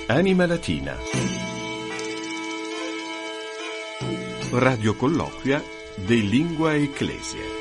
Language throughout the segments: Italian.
Anima Latina. Radio colloquia de Lingua Ecclesia.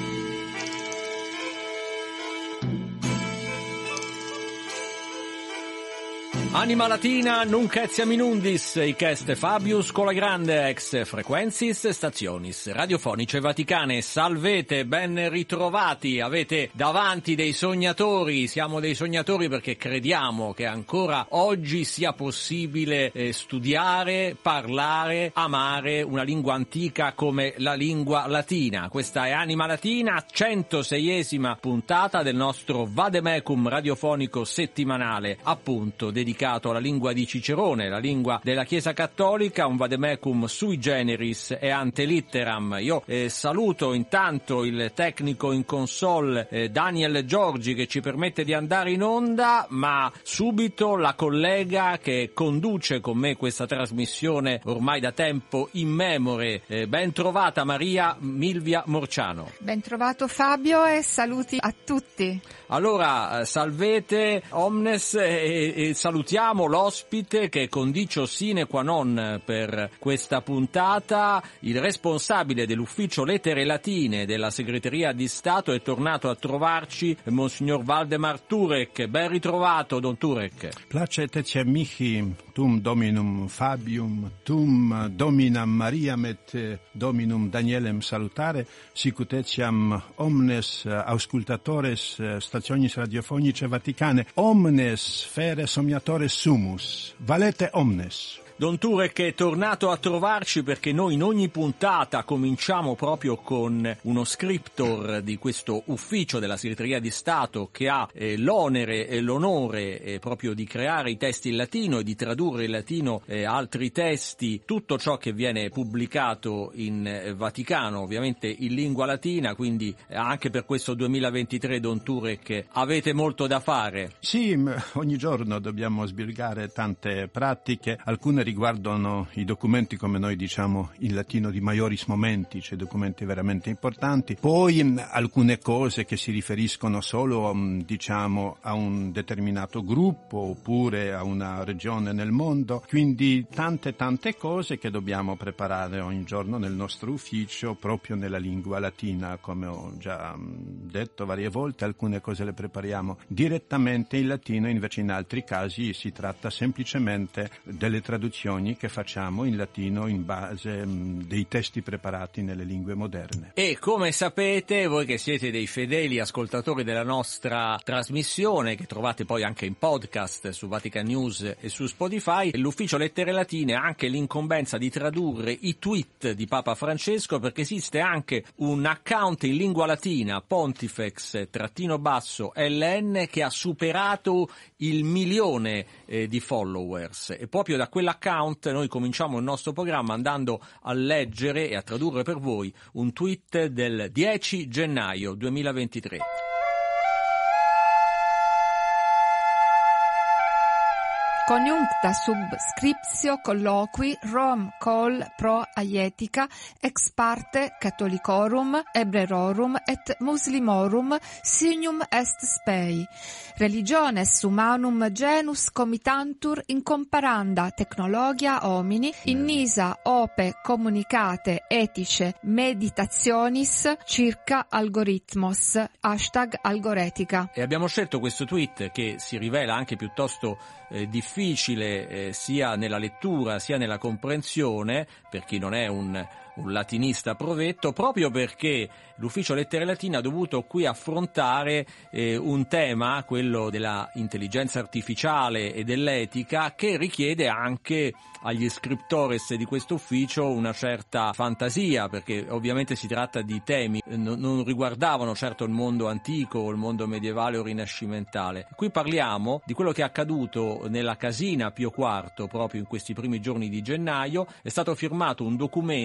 Anima Latina, nunc etiam in undis, hic est Fabius Cola Grande ex frequentis stationis radiofonice Vaticane. Salvete, ben ritrovati, avete davanti dei sognatori, siamo dei sognatori perché crediamo che ancora oggi sia possibile studiare, parlare, amare una lingua antica come la lingua latina. Questa è Anima Latina, 106esima puntata del nostro Vademecum radiofonico settimanale, appunto dedicato alla lingua di Cicerone, la lingua della Chiesa Cattolica, un vademecum sui generis e ante litteram. Io saluto intanto il tecnico in console Daniel Giorgi, che ci permette di andare in onda, ma subito la collega che conduce con me questa trasmissione ormai da tempo immemore. Ben trovata Maria Milvia Morciano. Ben trovato Fabio e saluti a tutti. Allora, salvete omnes e salutiamo l'ospite che è condicio sine qua non per questa puntata. Il responsabile dell'ufficio lettere latine della segreteria di Stato è tornato a trovarci, Monsignor Valdemar Turek. Ben ritrovato, Don Turek. Placet etiam mihi, tum Dominum Fabium, tum Dominam Mariam et Dominum Danielem salutare, sicut etiam omnes auscultatores stationis radiofonice Vaticane, omnes fere somniatores sumus, valete omnes. Don Turek è tornato a trovarci perché noi in ogni puntata cominciamo proprio con uno scriptor di questo ufficio della segreteria di Stato che ha l'onere e l'onore proprio di creare i testi in latino e di tradurre in latino altri testi, tutto ciò che viene pubblicato in Vaticano, ovviamente in lingua latina, quindi anche per questo 2023, Don Turek, avete molto da fare. Sì, ogni giorno dobbiamo sbirgare tante pratiche, alcune riguardano i documenti, come noi diciamo in latino, di maioris momenti, cioè documenti veramente importanti, poi alcune cose che si riferiscono solo diciamo a un determinato gruppo oppure a una regione nel mondo, quindi tante cose che dobbiamo preparare ogni giorno nel nostro ufficio proprio nella lingua latina. Come ho già detto varie volte, alcune cose le prepariamo direttamente in latino, invece in altri casi si tratta semplicemente delle traduzioni che facciamo in latino in base dei testi preparati nelle lingue moderne. E come sapete, voi che siete dei fedeli ascoltatori della nostra trasmissione, che trovate poi anche in podcast su Vatican News e su Spotify, l'ufficio lettere latine ha anche l'incombenza di tradurre i tweet di Papa Francesco, perché esiste anche un account in lingua latina, Pontifex_LN, che ha superato il 1.000.000 di followers, e proprio da quell'account noi cominciamo il nostro programma andando a leggere e a tradurre per voi un tweet del 10 gennaio 2023. Coniuncta subscriptio colloqui Rom col pro aietica ex parte Catholicorum Hebrerorum et Muslimorum signum est spei. Religiones humanum genus comitantur incomparanda technologia homini in nisa ope comunicate etice meditationis circa algoritmos #algoretica. E abbiamo scelto questo tweet che si rivela anche piuttosto difficile sia nella lettura sia nella comprensione per chi non è un latinista provetto, proprio perché l'ufficio lettere latine ha dovuto qui affrontare un tema, quello della intelligenza artificiale e dell'etica, che richiede anche agli scriptores di questo ufficio una certa fantasia, perché ovviamente si tratta di temi non riguardavano certo il mondo antico o il mondo medievale o rinascimentale. Qui parliamo di quello che è accaduto nella casina Pio IV proprio in questi primi giorni di gennaio. È stato firmato un documento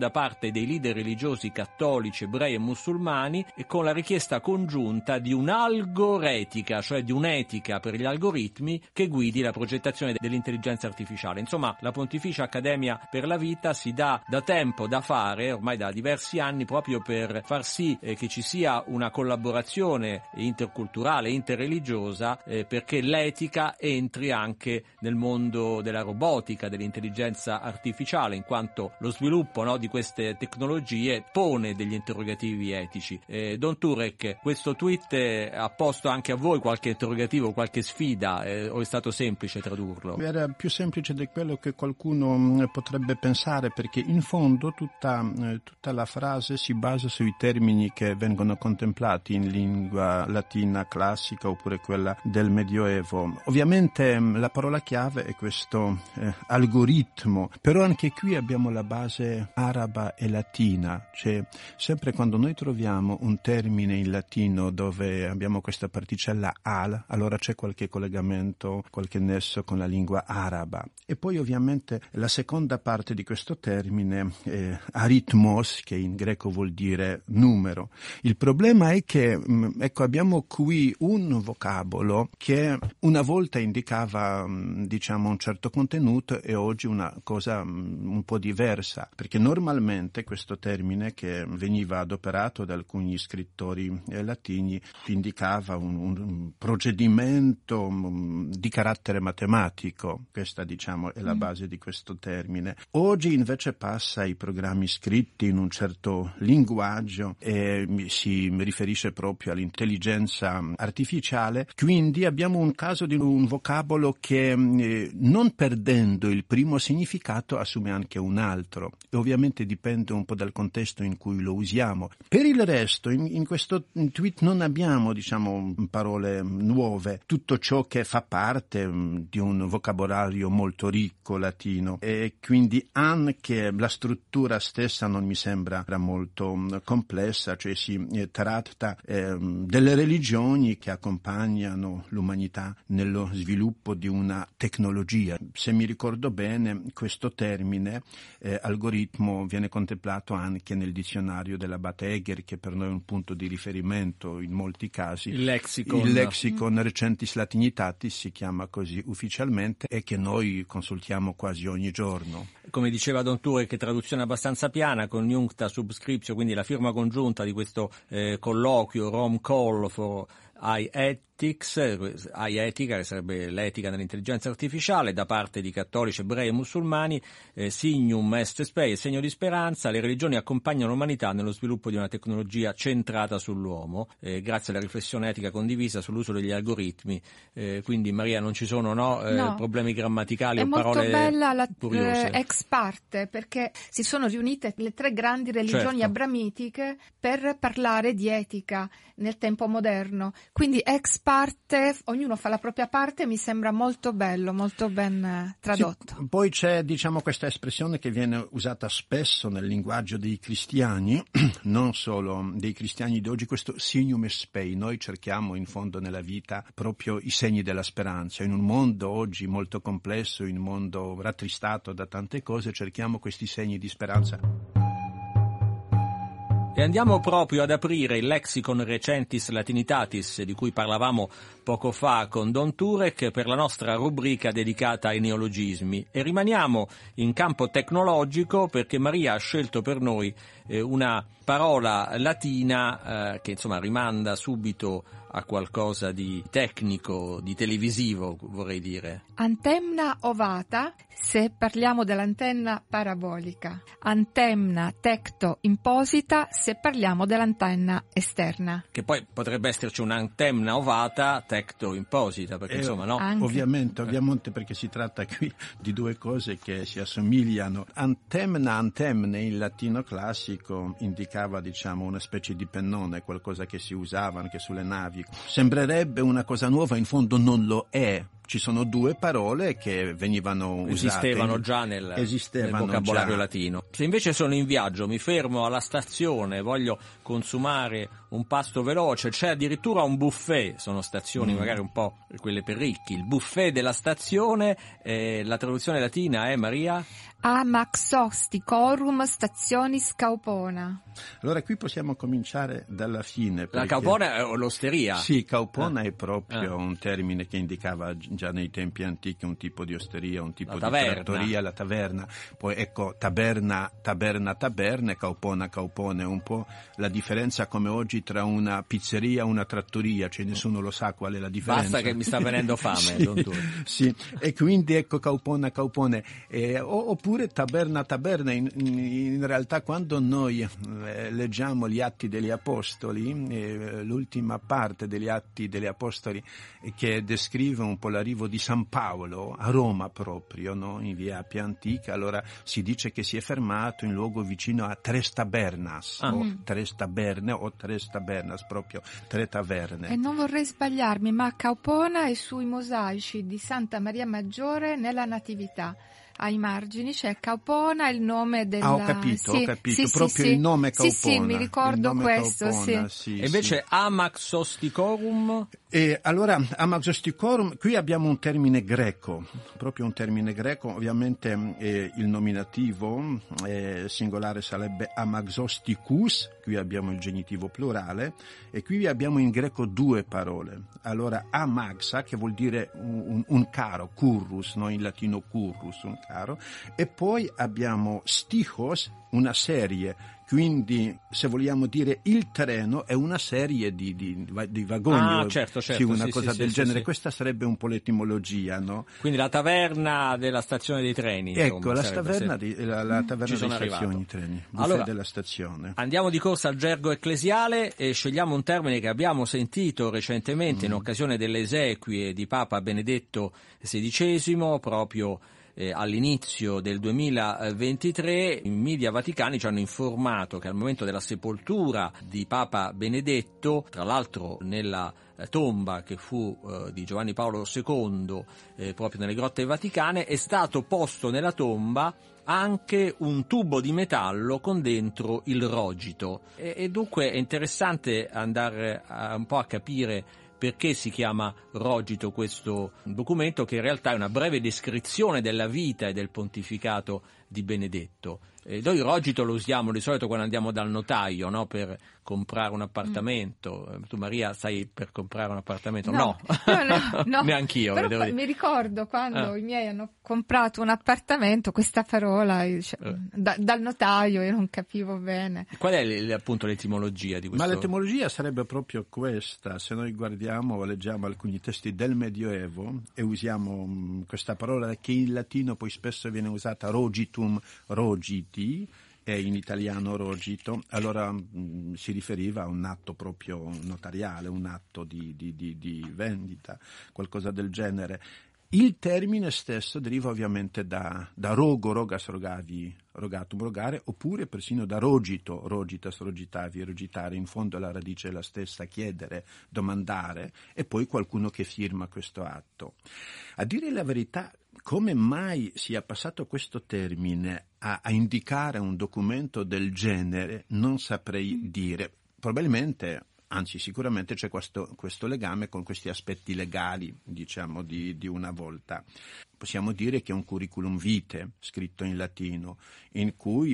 da parte dei leader religiosi cattolici, ebrei e musulmani, e con la richiesta congiunta di un'algoretica, cioè di un'etica per gli algoritmi che guidi la progettazione dell'intelligenza artificiale. Insomma, la Pontificia Accademia per la Vita si dà da tempo da fare, ormai da diversi anni, proprio per far sì che ci sia una collaborazione interculturale, interreligiosa, perché l'etica entri anche nel mondo della robotica, dell'intelligenza artificiale, in quanto lo sviluppo, no, di queste tecnologie pone degli interrogativi etici. Don Turek, questo tweet ha posto anche a voi qualche interrogativo, qualche sfida, o è stato semplice tradurlo? Era più semplice di quello che qualcuno potrebbe pensare, perché in fondo tutta la frase si basa sui termini che vengono contemplati in lingua latina classica oppure quella del Medioevo. Ovviamente la parola chiave è questo algoritmo, però anche qui abbiamo la base araba e latina, cioè sempre quando noi troviamo un termine in latino dove abbiamo questa particella al, allora c'è qualche collegamento, qualche nesso con la lingua araba. E poi ovviamente la seconda parte di questo termine è aritmos, che in greco vuol dire numero. Il problema è che abbiamo qui un vocabolo che una volta indicava un certo contenuto e oggi una cosa un po' diversa, perché normalmente questo termine, che veniva adoperato da alcuni scrittori latini, indicava un procedimento di carattere matematico. Questa è la base di questo termine. Oggi invece passa ai programmi scritti in un certo linguaggio e si riferisce proprio all'intelligenza artificiale. Quindi abbiamo un caso di un vocabolo che non perdendo il primo significato assume anche un altro, e ovviamente dipende un po' dal contesto in cui lo usiamo. Per il resto in questo tweet non abbiamo parole nuove, tutto ciò che fa parte di un vocabolario molto ricco latino, e quindi anche la struttura stessa non mi sembra molto complessa, cioè si tratta delle religioni che accompagnano l'umanità nello sviluppo di una tecnologia. Se mi ricordo bene, questo termine algoritmo viene contemplato anche nel dizionario dell'Abate Egger, che per noi è un punto di riferimento in molti casi. Il lexicon Recentis Latinitatis si chiama così ufficialmente, e che noi consultiamo quasi ogni giorno. Come diceva Don Turek, che traduzione abbastanza piana, con Iuncta Subscriptio, quindi la firma congiunta di questo colloquio Rome Call for Etica, che sarebbe l'etica nell'intelligenza artificiale, da parte di cattolici, ebrei e musulmani, Signum est spei, segno di speranza, le religioni accompagnano l'umanità nello sviluppo di una tecnologia centrata sull'uomo, grazie alla riflessione etica condivisa sull'uso degli algoritmi. Quindi Maria, non ci sono problemi grammaticali o parole curiose? È molto bella la ex parte, perché si sono riunite le tre grandi religioni abramitiche per parlare di etica nel tempo moderno. Quindi ex parte, ognuno fa la propria parte, mi sembra molto bello, molto ben tradotto. Sì, poi c'è questa espressione che viene usata spesso nel linguaggio dei cristiani, non solo dei cristiani di oggi, questo signum est spei. Noi cerchiamo in fondo nella vita proprio i segni della speranza. In un mondo oggi molto complesso, in un mondo rattristato da tante cose, cerchiamo questi segni di speranza. E andiamo proprio ad aprire il Lexicon Recentis Latinitatis, di cui parlavamo poco fa con Don Turek, per la nostra rubrica dedicata ai neologismi. E rimaniamo in campo tecnologico, perché Maria ha scelto per noi una parola latina che rimanda subito a qualcosa di tecnico, di televisivo, vorrei dire. Antenna ovata, se parliamo dell'antenna parabolica. Antenna tecto imposita, se parliamo dell'antenna esterna. Che poi potrebbe esserci un'antenna ovata tecto imposita, perché no? Anche. Ovviamente, perché si tratta qui di due cose che si assomigliano. Antemne in latino classico indicava una specie di pennone, qualcosa che si usava anche sulle navi. Sembrerebbe una cosa nuova, in fondo non lo è. Ci sono due parole che venivano esistevano già nel vocabolario latino. Se invece sono in viaggio, mi fermo alla stazione, voglio consumare un pasto veloce, c'è addirittura un buffet, sono stazioni magari un po' quelle per ricchi, il buffet della stazione, la traduzione latina è, Maria? Amaxosticorum stationis Caupona. Allora qui possiamo cominciare dalla fine. La Caupona è l'osteria? Sì, Caupona è proprio un termine che indicava già nei tempi antichi un tipo di osteria, un tipo di trattoria, la taverna. Poi ecco, taberna, e Caupona, Caupone, un po' la differenza come oggi tra una pizzeria e una trattoria, cioè nessuno lo sa qual è la differenza. Basta che mi sta venendo fame, sì, Don Turi. Sì, e quindi ecco Caupona, Caupone, oppure taberna, in realtà quando noi leggiamo gli Atti degli Apostoli, l'ultima parte degli Atti degli Apostoli che descrive un po' l'arrivo di San Paolo a Roma proprio, no? In via Appia Antica, allora si dice che si è fermato in luogo vicino a Tres Tabernas, o Tres Taberne o Tres Tabernas, proprio tre taverne. E non vorrei sbagliarmi, ma Caupona è sui mosaici di Santa Maria Maggiore nella Natività. Ai margini c'è Caupona, il nome della... ho capito, proprio il nome Caupona. Sì, mi ricordo questo, Caupona, sì. E invece Amaxosticorum? E allora, Amaxosticorum, qui abbiamo un termine greco, proprio un termine greco, ovviamente il nominativo singolare sarebbe Amaxosticus, qui abbiamo il genitivo plurale, e qui abbiamo in greco due parole. Allora, amaxa, che vuol dire un caro, currus, no? In latino currus, un caro, e poi abbiamo stichos, una serie, quindi se vogliamo dire il treno è una serie di vagoni, certo, sì, una cosa del genere. Sì. Questa sarebbe un po' l'etimologia, no? Quindi la taverna della stazione dei treni. Ecco, insomma, la taverna delle stazioni treni, allora, della stazione. Andiamo di corsa al gergo ecclesiale e scegliamo un termine che abbiamo sentito recentemente in occasione delle esequie di Papa Benedetto XVI, proprio all'inizio del 2023. I media vaticani ci hanno informato che al momento della sepoltura di Papa Benedetto, tra l'altro nella tomba che fu di Giovanni Paolo II, proprio nelle grotte vaticane, è stato posto nella tomba anche un tubo di metallo con dentro il rogito, e dunque è interessante andare un po' a capire perché si chiama rogito questo documento, che in realtà è una breve descrizione della vita e del pontificato di Benedetto. Noi il rogito lo usiamo di solito quando andiamo dal notaio, no? Per comprare un appartamento. Tu, Maria, stai per comprare un appartamento? No. Neanch'io. Però mi ricordo quando i miei hanno comprato un appartamento, questa parola dal notaio, io non capivo bene. Qual è appunto l'etimologia di questo? Ma l'etimologia sarebbe proprio questa. Se noi guardiamo o leggiamo alcuni testi del Medioevo e usiamo questa parola che in latino poi spesso viene usata rogitum, rogiti, e in italiano rogito, allora si riferiva a un atto proprio notariale, un atto di vendita, qualcosa del genere. Il termine stesso deriva ovviamente da rogo, rogas rogavi, rogatum rogare, oppure persino da rogito, rogitas rogitavi, rogitare, in fondo la radice è la stessa, chiedere, domandare, e poi qualcuno che firma questo atto. A dire la verità, come mai sia passato questo termine a indicare un documento del genere non saprei dire. Probabilmente, anzi sicuramente c'è questo legame con questi aspetti legali, diciamo, di una volta. Possiamo dire che è un curriculum vitae scritto in latino, in cui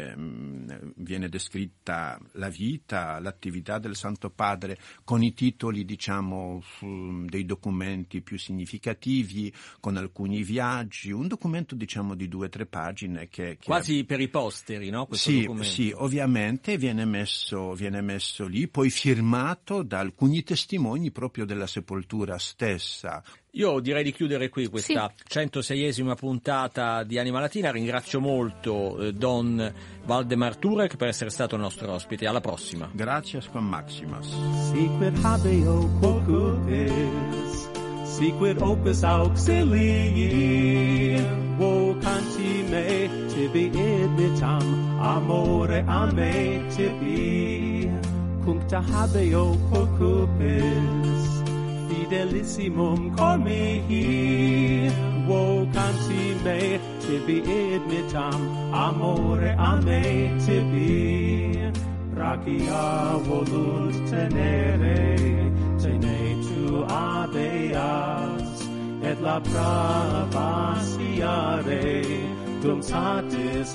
viene descritta la vita, l'attività del Santo Padre, con i titoli, diciamo, dei documenti più significativi, con alcuni viaggi, un documento, diciamo, di 2 o 3 pagine che quasi per i posteri, no? Questo documento. Sì, ovviamente viene messo lì, poi firmato da alcuni testimoni proprio della sepoltura stessa. Io direi di chiudere qui questa 106esima puntata di Anima Latina. Ringrazio molto Don Waldemar Turek per essere stato il nostro ospite. Alla prossima. Grazie, Juan Maximus. Siquid habeo quocupis, siquid opus auxilii, vocanti me tibi idmitam, amore a me tibi, cuncta habeo quocupis, fidelissimum cor mihi, vocanti me tibi idmitam, amore a me tibi, Rakia volunt tenere, tene tu habeas, et la pravasiare, dum satis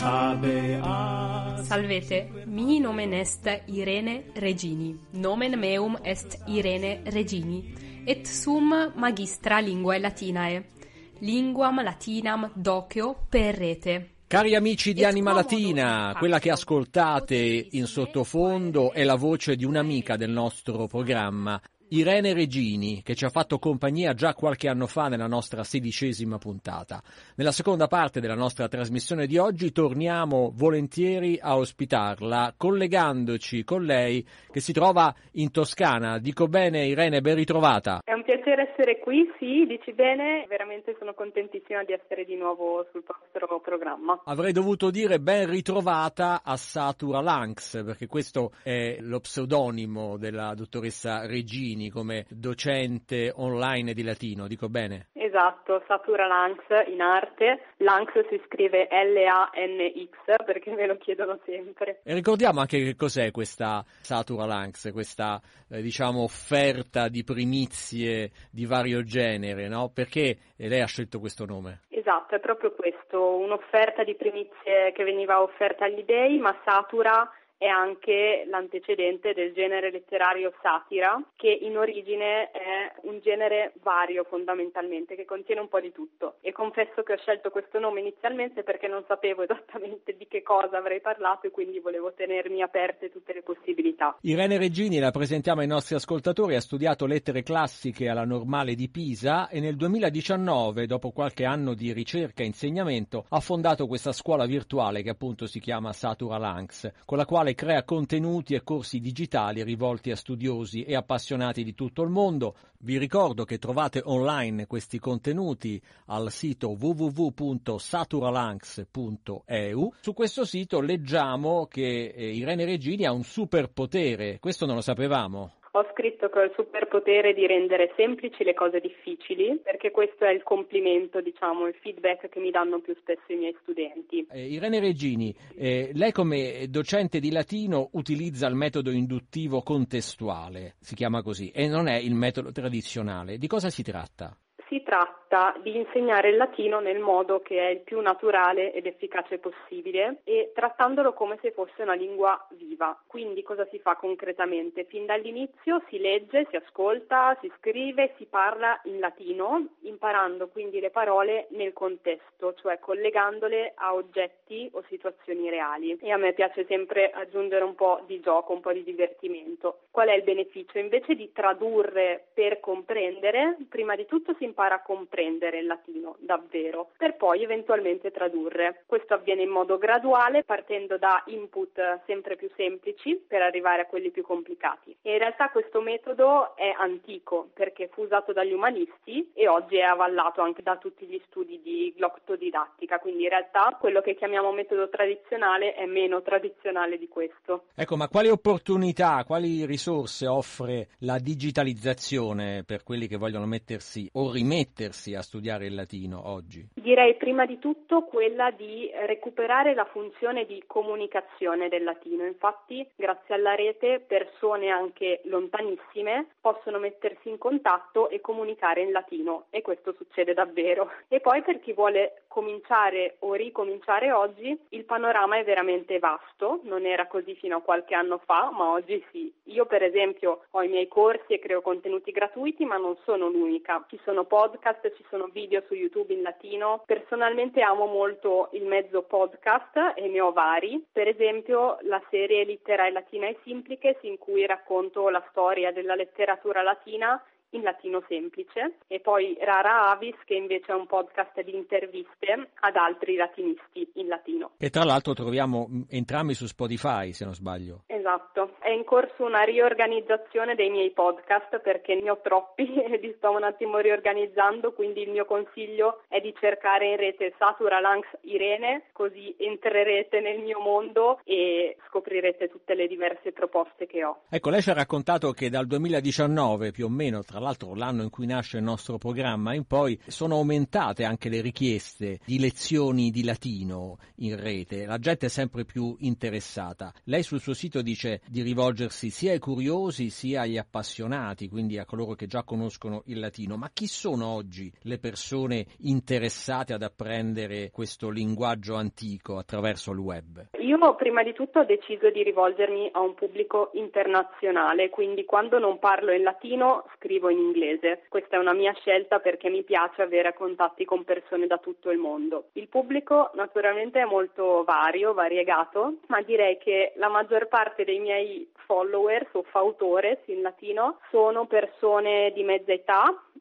habeas. Salvete, mihi nomen est Irene Regini, nomen meum est Irene Regini, et sum magistra linguae latinae, linguam latinam docio per rete. Cari amici di Anima Latina, quella che ascoltate in sottofondo è la voce di un'amica del nostro programma, Irene Regini, che ci ha fatto compagnia già qualche anno fa nella nostra 16ª puntata. Nella seconda parte della nostra trasmissione di oggi torniamo volentieri a ospitarla, collegandoci con lei che si trova in Toscana. Dico bene, Irene, ben ritrovata. È un piacere essere qui, sì, dici bene, veramente sono contentissima di essere di nuovo sul vostro programma. Avrei dovuto dire ben ritrovata a Satura Lanx, perché questo è lo pseudonimo della dottoressa Regini come docente online di latino, dico bene? Esatto, Satura Lanx in arte, Lanx si scrive L-A-N-X perché me lo chiedono sempre. E ricordiamo anche che cos'è questa Satura Lanx, questa offerta di primizie di vario genere, no? Perché lei ha scelto questo nome? Esatto, è proprio questo, un'offerta di primizie che veniva offerta agli dei, ma Satura è anche l'antecedente del genere letterario satira, che in origine è un genere vario fondamentalmente, che contiene un po' di tutto. E confesso che ho scelto questo nome inizialmente perché non sapevo esattamente di che cosa avrei parlato e quindi volevo tenermi aperte tutte le possibilità. Irene Regini, la presentiamo ai nostri ascoltatori, ha studiato lettere classiche alla Normale di Pisa e nel 2019, dopo qualche anno di ricerca e insegnamento, ha fondato questa scuola virtuale che appunto si chiama Satura Lanx, con la quale crea contenuti e corsi digitali rivolti a studiosi e appassionati di tutto il mondo. Vi ricordo che trovate online questi contenuti al sito www.saturalanx.eu. Su questo sito leggiamo che Irene Regini ha un superpotere, questo non lo sapevamo. Ho scritto che ho il superpotere di rendere semplici le cose difficili, perché questo è il complimento, il feedback che mi danno più spesso i miei studenti. Irene Regini, lei come docente di latino utilizza il metodo induttivo contestuale, si chiama così, e non è il metodo tradizionale. Di cosa si tratta? Si tratta di insegnare il latino nel modo che è il più naturale ed efficace possibile e trattandolo come se fosse una lingua viva. Quindi cosa si fa concretamente? Fin dall'inizio si legge, si ascolta, si scrive, si parla in latino, imparando quindi le parole nel contesto, cioè collegandole a oggetti o situazioni reali. E a me piace sempre aggiungere un po' di gioco, un po' di divertimento. Qual è il beneficio? Invece di tradurre per comprendere, prima di tutto si impara a comprendere il latino davvero, per poi eventualmente tradurre. Questo avviene in modo graduale, partendo da input sempre più semplici per arrivare a quelli più complicati. E in realtà questo metodo è antico perché fu usato dagli umanisti e oggi è avallato anche da tutti gli studi di glottodidattica, quindi in realtà quello che chiamiamo metodo tradizionale è meno tradizionale di questo. Ecco, ma quali opportunità, quali risorse offre la digitalizzazione per quelli che vogliono mettersi o rimettersi a studiare il latino oggi? Direi prima di tutto quella di recuperare la funzione di comunicazione del latino. Infatti, grazie alla rete, persone anche lontanissime possono mettersi in contatto e comunicare in latino, e questo succede davvero. E poi per chi vuole cominciare o ricominciare oggi, il panorama è veramente vasto, non era così fino a qualche anno fa, ma oggi sì. Io per esempio ho i miei corsi e creo contenuti gratuiti, ma non sono l'unica. Ci sono podcast, ci sono video su YouTube in latino. Personalmente amo molto il mezzo podcast e ne ho vari. Per esempio la serie Litterae Latinae Simplices, in cui racconto la storia della letteratura latina in latino semplice, e poi Rara Avis, che invece è un podcast di interviste ad altri latinisti in latino. E tra l'altro troviamo entrambi su Spotify, se non sbaglio. Esatto, è in corso una riorganizzazione dei miei podcast perché ne ho troppi e li sto un attimo riorganizzando, quindi il mio consiglio è di cercare in rete Satura Lanx Irene, così entrerete nel mio mondo e scoprirete tutte le diverse proposte che ho. Ecco, lei ci ha raccontato che dal 2019 più o meno, tra tra l'altro l'anno in cui nasce il nostro programma in poi, sono aumentate anche le richieste di lezioni di latino in rete, la gente è sempre più interessata. Lei sul suo sito dice di rivolgersi sia ai curiosi sia agli appassionati, quindi a coloro che già conoscono il latino, ma chi sono oggi le persone interessate ad apprendere questo linguaggio antico attraverso il web? Io prima di tutto ho deciso di rivolgermi a un pubblico internazionale, quindi quando non parlo in latino scrivo in inglese. Questa è una mia scelta perché mi piace avere contatti con persone da tutto il mondo. Il pubblico naturalmente è molto variegato, ma direi che la maggior parte dei miei followers o fautores in latino sono persone di mezza età,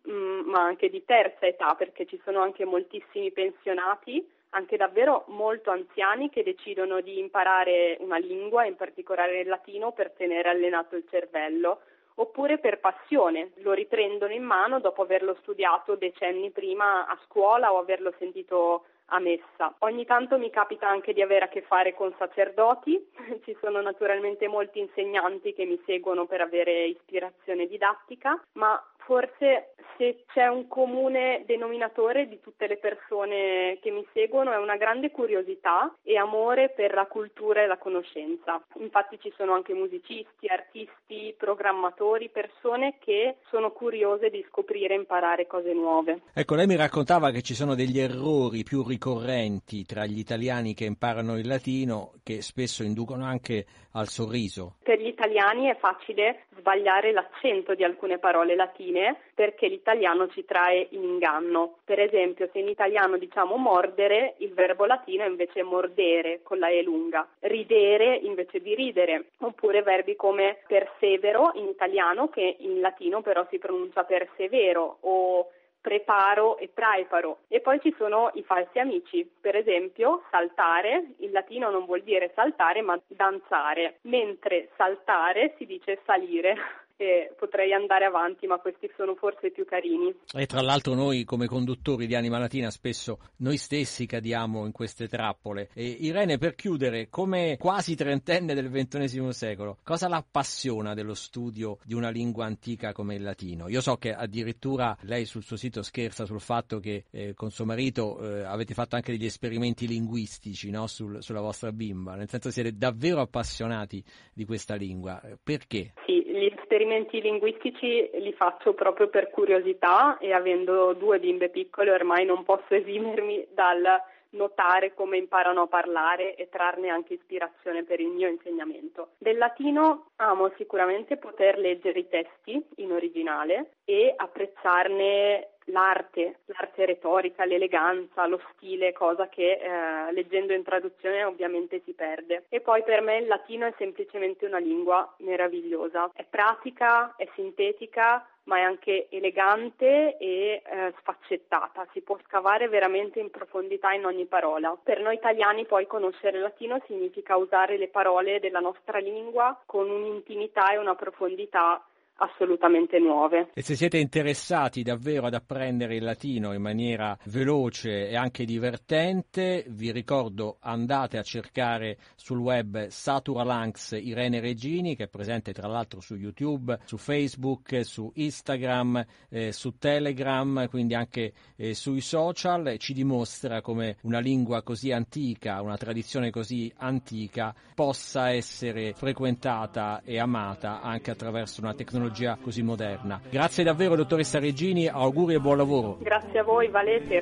ma anche di terza età, perché ci sono anche moltissimi pensionati, anche davvero molto anziani che decidono di imparare una lingua, in particolare il latino, per tenere allenato il cervello, oppure per passione, lo riprendono in mano dopo averlo studiato decenni prima a scuola o averlo sentito a messa. Ogni tanto mi capita anche di avere a che fare con sacerdoti, ci sono naturalmente molti insegnanti che mi seguono per avere ispirazione didattica, ma forse se c'è un comune denominatore di tutte le persone che mi seguono è una grande curiosità e amore per la cultura e la conoscenza. Infatti ci sono anche musicisti, artisti, programmatori, persone che sono curiose di scoprire e imparare cose nuove. Ecco, lei mi raccontava che ci sono degli errori più ricorrenti tra gli italiani che imparano il latino che spesso inducono anche al sorriso. Per gli italiani è facile sbagliare l'accento di alcune parole latine perché l'italiano ci trae in inganno. Per esempio, se in italiano diciamo mordere, il verbo latino è invece mordere con la E lunga, ridere invece di ridere, oppure verbi come persevero in italiano che in latino però si pronuncia persevero, o preparo e praeparo. E poi ci sono i falsi amici, per esempio saltare, in latino non vuol dire saltare ma danzare, mentre saltare si dice salire. E potrei andare avanti, ma questi sono forse più carini. E tra l'altro noi come conduttori di Anima Latina spesso noi stessi cadiamo in queste trappole. E Irene, per chiudere, come quasi trentenne del XXI secolo, cosa la appassiona dello studio di una lingua antica come il latino? Io so che addirittura lei sul suo sito scherza sul fatto che con suo marito avete fatto anche degli esperimenti linguistici, no? Sulla vostra bimba, nel senso siete davvero appassionati di questa lingua. Perché? Sì, gli esperimenti linguistici li faccio proprio per curiosità e avendo 2 bimbe piccole ormai non posso esimermi dal notare come imparano a parlare e trarne anche ispirazione per il mio insegnamento. Del latino amo sicuramente poter leggere i testi in originale e apprezzarne l'arte retorica, l'eleganza, lo stile, cosa che leggendo in traduzione ovviamente si perde. E poi per me il latino è semplicemente una lingua meravigliosa, è pratica, è sintetica, ma è anche elegante e sfaccettata, si può scavare veramente in profondità in ogni parola. Per noi italiani poi conoscere il latino significa usare le parole della nostra lingua con un'intimità e una profondità assolutamente nuove. E se siete interessati davvero ad apprendere il latino in maniera veloce e anche divertente, vi ricordo, andate a cercare sul web Satura Lanx Irene Regini, che è presente tra l'altro su YouTube, su Facebook, su Instagram, su Telegram, quindi anche sui social. Ci dimostra come una lingua così antica, una tradizione così antica possa essere frequentata e amata anche attraverso una tecnologia così moderna. Grazie davvero dottoressa Regini, auguri e buon lavoro. Grazie a voi, valete.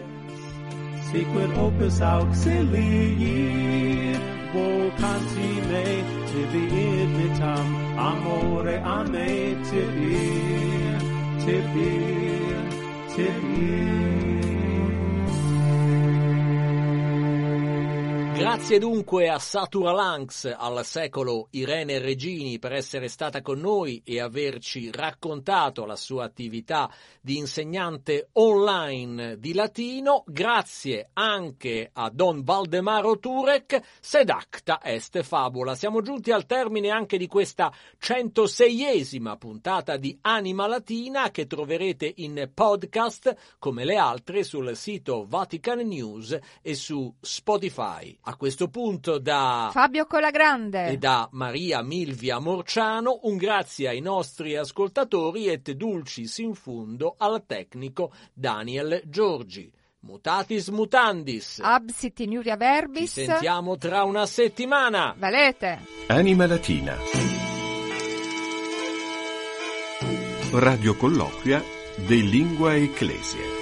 Sequit opus auxilii, vocanti me tibi vitam, amore a me tibi. Grazie dunque a Satura Lanx, al secolo Irene Regini, per essere stata con noi e averci raccontato la sua attività di insegnante online di latino. Grazie anche a Don Valdemaro Turek, sed acta est fabula. Siamo giunti al termine anche di questa 106esima puntata di Anima Latina, che troverete in podcast come le altre sul sito Vatican News e su Spotify. A questo punto da Fabio Colagrande e da Maria Milvia Morciano un grazie ai nostri ascoltatori et dulcis in fundo al tecnico Daniel Giorgi. Mutatis mutandis. Absit in iuria verbis. Ci sentiamo tra una settimana. Valete. Anima Latina. Radio colloquia de Lingua Ecclesia.